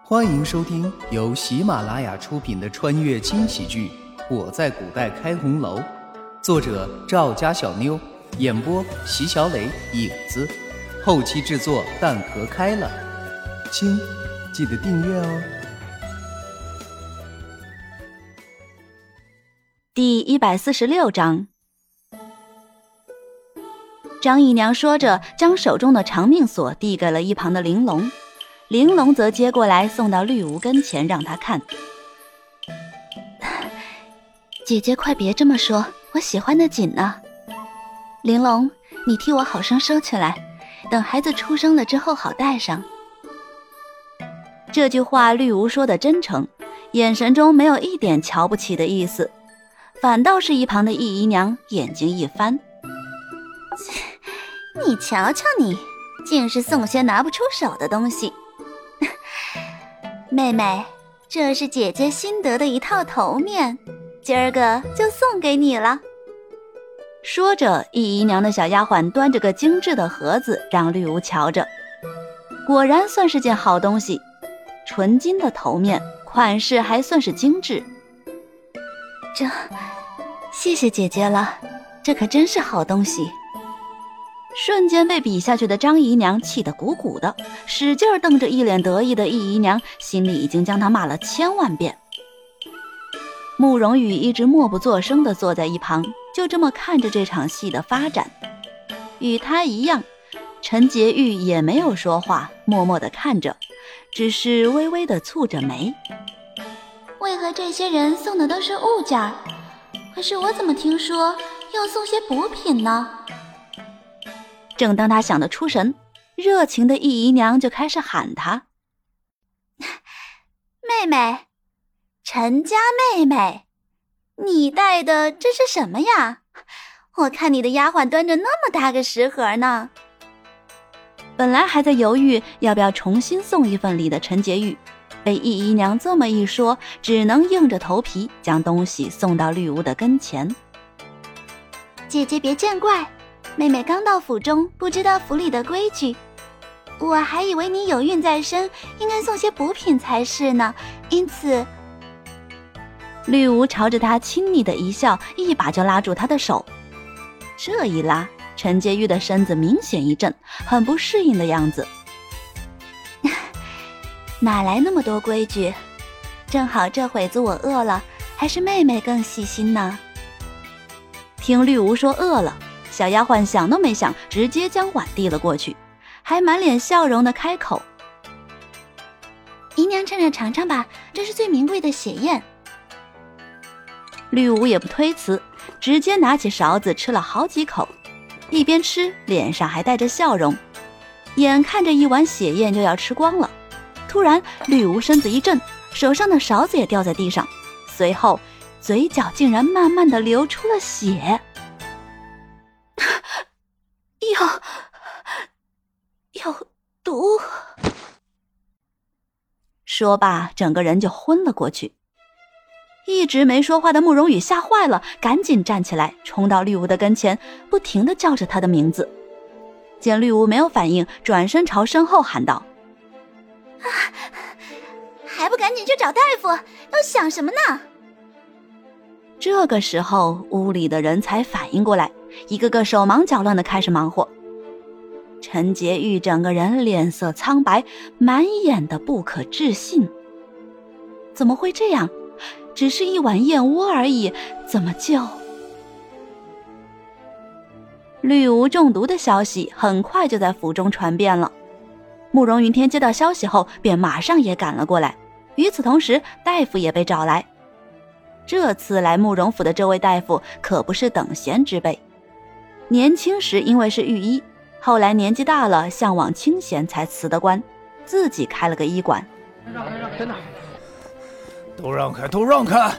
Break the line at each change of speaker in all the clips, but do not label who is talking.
欢迎收听由喜马拉雅出品的穿越轻喜剧《我在古代开红楼》，作者赵家小妞，演播席小磊、影子，后期制作蛋壳开了。亲，记得订阅哦。
第146章。张姨娘说着，将手中的长命锁递给了一旁的玲珑，玲珑则接过来送到绿芜跟前让她看。姐姐快别这么说，我喜欢的紧呢。玲珑，你替我好生收起来，等孩子出生了之后好戴上。这句话绿芜说的真诚，眼神中没有一点瞧不起的意思，反倒是一旁的易姨娘眼睛一翻，
你瞧瞧你，竟是送些拿不出手的东西。妹妹，这是姐姐新得的一套头面，今儿个就送给你了。
说着，易姨娘的小丫鬟端着个精致的盒子让绿芜瞧着，果然算是件好东西，纯金的头面，款式还算是精致。谢谢姐姐了，这可真是好东西。瞬间被比下去的张姨娘气得鼓鼓的，使劲瞪着一脸得意的易姨娘，心里已经将她骂了1000万遍。慕容羽一直默不作声地坐在一旁，就这么看着这场戏的发展。与他一样，陈洁玉也没有说话，默默地看着，只是微微地蹙着眉。
为何这些人送的都是物件，可是我怎么听说要送些补品呢？
正当他想得出神，热情的易姨娘就开始喊他：
妹妹，陈家妹妹，你带的这是什么呀？我看你的丫鬟端着那么大个食盒呢。
本来还在犹豫要不要重新送一份礼的陈洁玉，被易姨娘这么一说，只能硬着头皮将东西送到绿芜的跟前。
姐姐别见怪，妹妹刚到府中，不知道府里的规矩，我还以为你有孕在身，应该送些补品才是呢，因此。
绿芜朝着他亲昵的一笑，一把就拉住他的手。这一拉，陈洁玉的身子明显一震，很不适应的样子。
哪来那么多规矩？正好这会子我饿了，还是妹妹更细心呢。
听绿芜说饿了，小丫鬟想都没想，直接将碗递了过去，还满脸笑容的开口：
姨娘趁热尝尝吧，这是最名贵的血燕。
绿芜也不推辞，直接拿起勺子吃了好几口，一边吃脸上还带着笑容。眼看着一碗血燕就要吃光了，突然绿芜身子一震，手上的勺子也掉在地上，随后嘴角竟然慢慢的流出了血。
有毒。
说罢，整个人就昏了过去。一直没说话的慕容羽吓坏了，赶紧站起来，冲到绿芜的跟前，不停地叫着她的名字。见绿芜没有反应，转身朝身后喊道：
还不赶紧去找大夫，都想什么呢？
这个时候，屋里的人才反应过来，一个个手忙脚乱地开始忙活。陈洁玉整个人脸色苍白，满眼的不可置信。怎么会这样？只是一碗燕窝而已，怎么就……绿芜中毒的消息很快就在府中传遍了。慕容云天接到消息后，便马上也赶了过来。与此同时，大夫也被找来。这次来慕容府的这位大夫可不是等闲之辈，年轻时因为是御医，后来年纪大了向往清闲才辞的官，自己开了个医馆。
真的，都让开，都让开！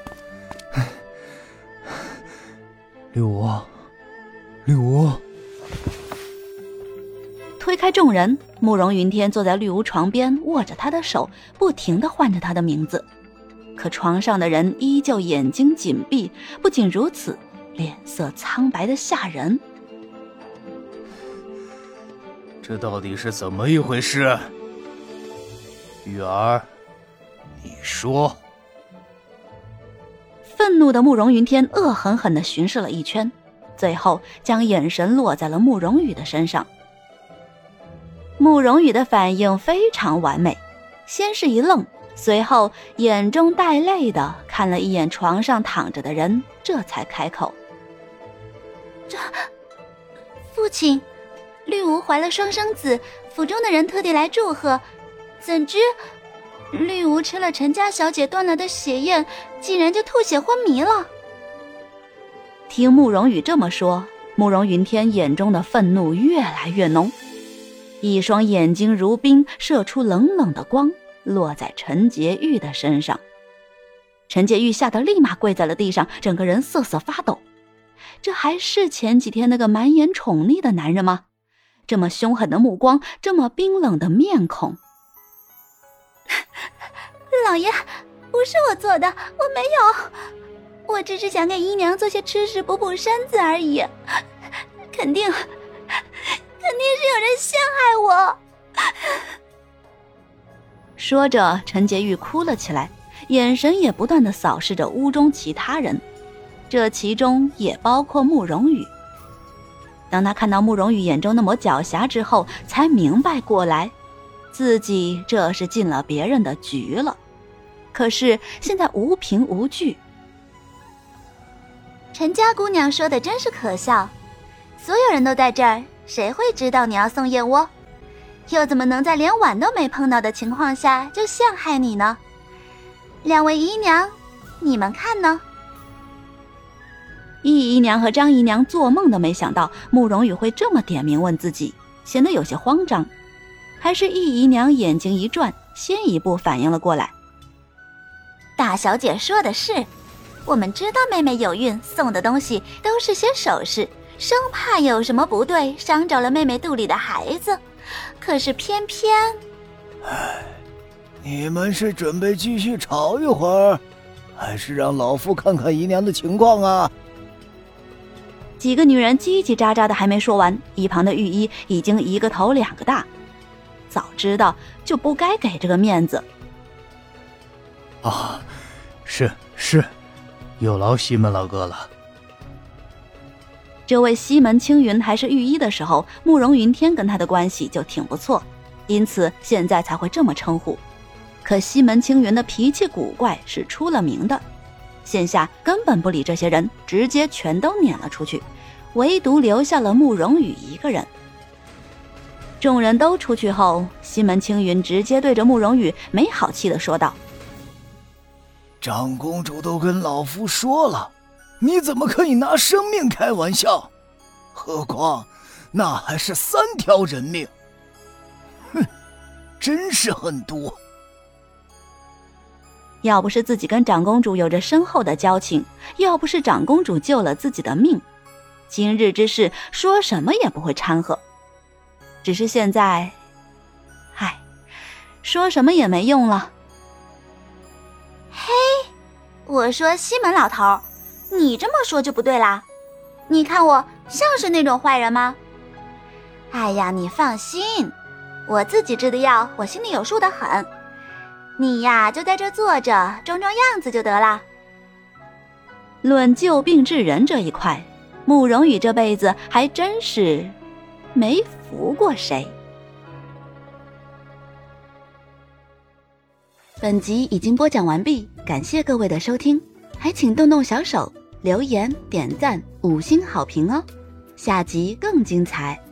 绿芜，绿芜！
推开众人，慕容云天坐在绿芜床边，握着他的手，不停地唤着他的名字。可床上的人依旧眼睛紧闭，不仅如此，脸色苍白的吓人。
这到底是怎么一回事？ 玉儿，你说。
愤怒的慕容云天恶狠狠地巡视了一圈，最后将眼神落在了慕容羽的身上。慕容羽的反应非常完美，先是一愣，随后眼中带泪的看了一眼床上躺着的人，这才开口：
父亲，绿芜怀了双生子，府中的人特地来祝贺，怎知绿芜吃了陈家小姐端来的血宴，竟然就吐血昏迷了。
听慕容羽这么说，慕容云天眼中的愤怒越来越浓，一双眼睛如冰，射出冷冷的光，落在陈洁玉的身上。陈洁玉吓得立马跪在了地上，整个人瑟瑟发抖。这还是前几天那个满眼宠溺的男人吗？这么凶狠的目光，这么冰冷的面孔。
老爷，不是我做的，我没有，我只是想给姨娘做些吃食补补身子而已。肯定是有人陷害我。
说着，陈洁玉哭了起来，眼神也不断地扫视着屋中其他人，这其中也包括慕容羽。当他看到慕容羽眼中那抹狡黠之后，才明白过来，自己这是进了别人的局了。可是现在无凭无据。
陈家姑娘说的真是可笑，所有人都在这儿，谁会知道你要送燕窝？又怎么能在连碗都没碰到的情况下就陷害你呢？两位姨娘，你们看呢？
易姨娘和张姨娘做梦都没想到慕容羽会这么点名问自己，显得有些慌张。还是易姨娘眼睛一转，先一步反应了过来。
大小姐说的是，我们知道妹妹有孕，送的东西都是些首饰，生怕有什么不对，伤着了妹妹肚里的孩子。可是偏偏……
你们是准备继续吵一会儿，还是让老夫看看姨娘的情况啊？
几个女人叽叽喳喳的还没说完，一旁的御医已经一个头两个大。早知道就不该给这个面子。
啊，是，有劳西门老哥了。
这位西门青云还是御医的时候，慕容云天跟他的关系就挺不错，因此现在才会这么称呼。可西门青云的脾气古怪，是出了名的，现下根本不理这些人，直接全都撵了出去，唯独留下了慕容羽一个人。众人都出去后，西门青云直接对着慕容羽没好气地说道：
长公主都跟老夫说了，你怎么可以拿生命开玩笑？何况那还是3条人命。哼，真是狠毒。
要不是自己跟长公主有着深厚的交情，要不是长公主救了自己的命，今日之事说什么也不会掺和。只是现在，说什么也没用了。
嘿，我说西门老头，你这么说就不对啦。你看我像是那种坏人吗？哎呀，你放心，我自己制的药，我心里有数的很。你呀，就在这坐着，装装样子就得了。
论救病治人这一块，慕容羽这辈子还真是没服过谁。本集已经播讲完毕，感谢各位的收听，还请动动小手留言点赞5星好评哦，下集更精彩。